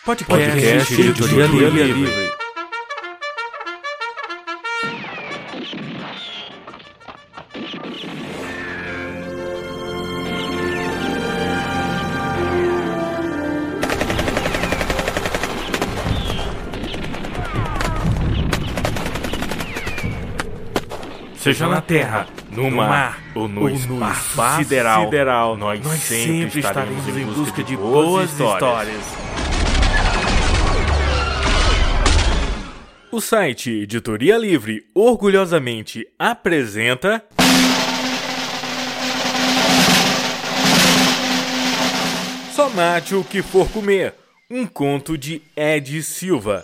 Podcast Editoria Livre. Seja na Terra, no mar ou no espaço sideral, nós sempre estaremos em busca de boas histórias. O site Editoria Livre orgulhosamente apresenta... Só mate o que for comer, um conto de Ed Silva.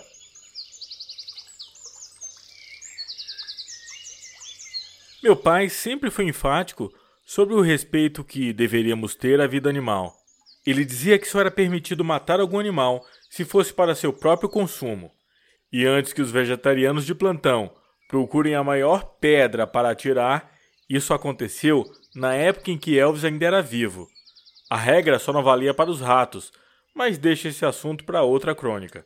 Meu pai sempre foi enfático sobre o respeito que deveríamos ter à vida animal. Ele dizia que só era permitido matar algum animal se fosse para seu próprio consumo. E antes que os vegetarianos de plantão procurem a maior pedra para atirar, isso aconteceu na época em que Elvis ainda era vivo. A regra só não valia para os ratos, mas deixa esse assunto para outra crônica.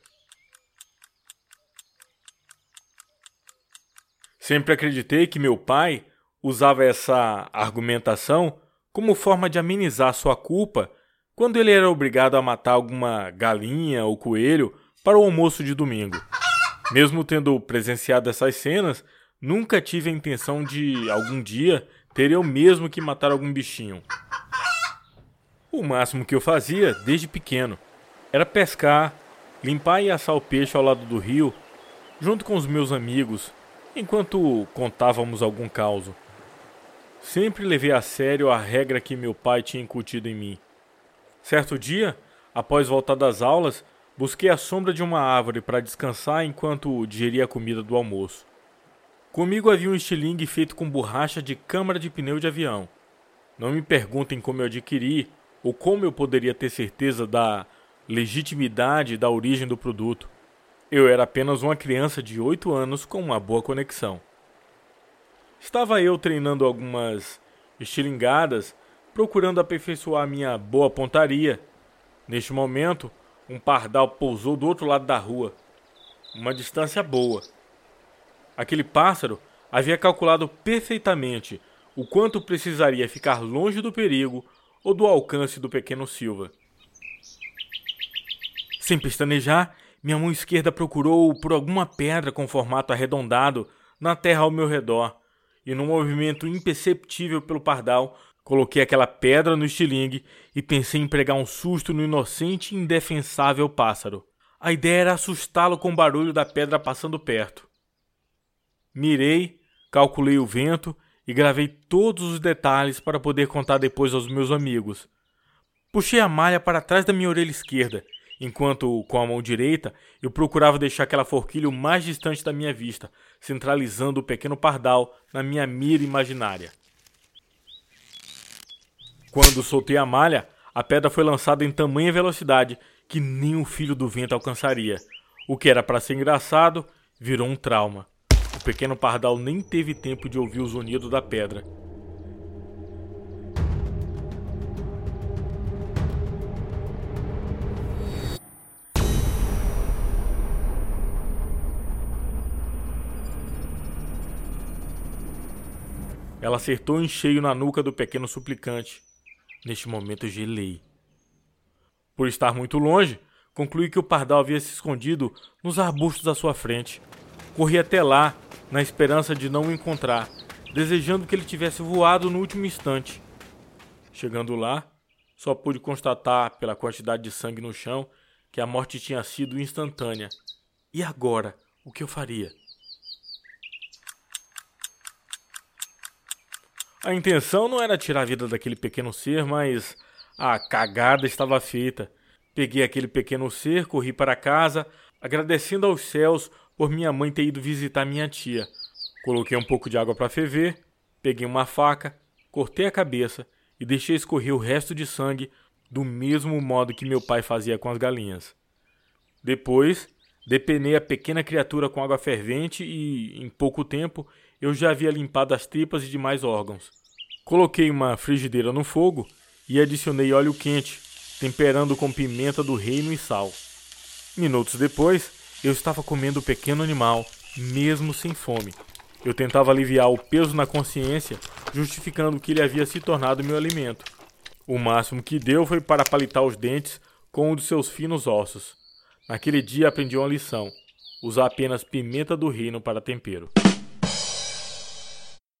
Sempre acreditei que meu pai usava essa argumentação como forma de amenizar sua culpa quando ele era obrigado a matar alguma galinha ou coelho para o almoço de domingo. Mesmo tendo presenciado essas cenas, nunca tive a intenção de, algum dia, ter eu mesmo que matar algum bichinho. O máximo que eu fazia, desde pequeno, era pescar, limpar e assar o peixe ao lado do rio, junto com os meus amigos, enquanto contávamos algum causo. Sempre levei a sério a regra que meu pai tinha incutido em mim. Certo dia, após voltar das aulas, busquei a sombra de uma árvore para descansar enquanto digeria a comida do almoço. Comigo havia um estilingue feito com borracha de câmara de pneu de avião. Não me perguntem como eu adquiri ou como eu poderia ter certeza da legitimidade da origem do produto. Eu era apenas uma criança de 8 anos com uma boa conexão. Estava eu treinando algumas estilingadas, procurando aperfeiçoar minha boa pontaria. Neste momento, um pardal pousou do outro lado da rua, uma distância boa. Aquele pássaro havia calculado perfeitamente o quanto precisaria ficar longe do perigo ou do alcance do pequeno Silva. Sem pestanejar, minha mão esquerda procurou por alguma pedra com formato arredondado na terra ao meu redor, e num movimento imperceptível pelo pardal, coloquei aquela pedra no estilingue e pensei em pregar um susto no inocente e indefensável pássaro. A ideia era assustá-lo com o barulho da pedra passando perto. Mirei, calculei o vento e gravei todos os detalhes para poder contar depois aos meus amigos. Puxei a malha para trás da minha orelha esquerda, enquanto, com a mão direita, eu procurava deixar aquela forquilha o mais distante da minha vista, centralizando o pequeno pardal na minha mira imaginária. Quando soltei a malha, a pedra foi lançada em tamanha velocidade que nem o filho do vento alcançaria. O que era para ser engraçado, virou um trauma. O pequeno pardal nem teve tempo de ouvir o zunido da pedra. Ela acertou em cheio na nuca do pequeno suplicante. Neste momento eu gelei. Por estar muito longe, concluí que o pardal havia se escondido nos arbustos à sua frente. Corri até lá, na esperança de não o encontrar, desejando que ele tivesse voado no último instante. Chegando lá, só pude constatar, pela quantidade de sangue no chão, que a morte tinha sido instantânea. E agora, o que eu faria? A intenção não era tirar a vida daquele pequeno ser, mas a cagada estava feita. Peguei aquele pequeno ser, corri para casa, agradecendo aos céus por minha mãe ter ido visitar minha tia. Coloquei um pouco de água para ferver, peguei uma faca, cortei a cabeça e deixei escorrer o resto de sangue do mesmo modo que meu pai fazia com as galinhas. Depois, depenei a pequena criatura com água fervente e, em pouco tempo, eu já havia limpado as tripas e demais órgãos. Coloquei uma frigideira no fogo e adicionei óleo quente, temperando com pimenta do reino e sal. Minutos depois, eu estava comendo o pequeno animal, mesmo sem fome. Eu tentava aliviar o peso na consciência, justificando que ele havia se tornado meu alimento. O máximo que deu foi para palitar os dentes com um dos seus finos ossos. Naquele dia aprendi uma lição: usar apenas pimenta do reino para tempero.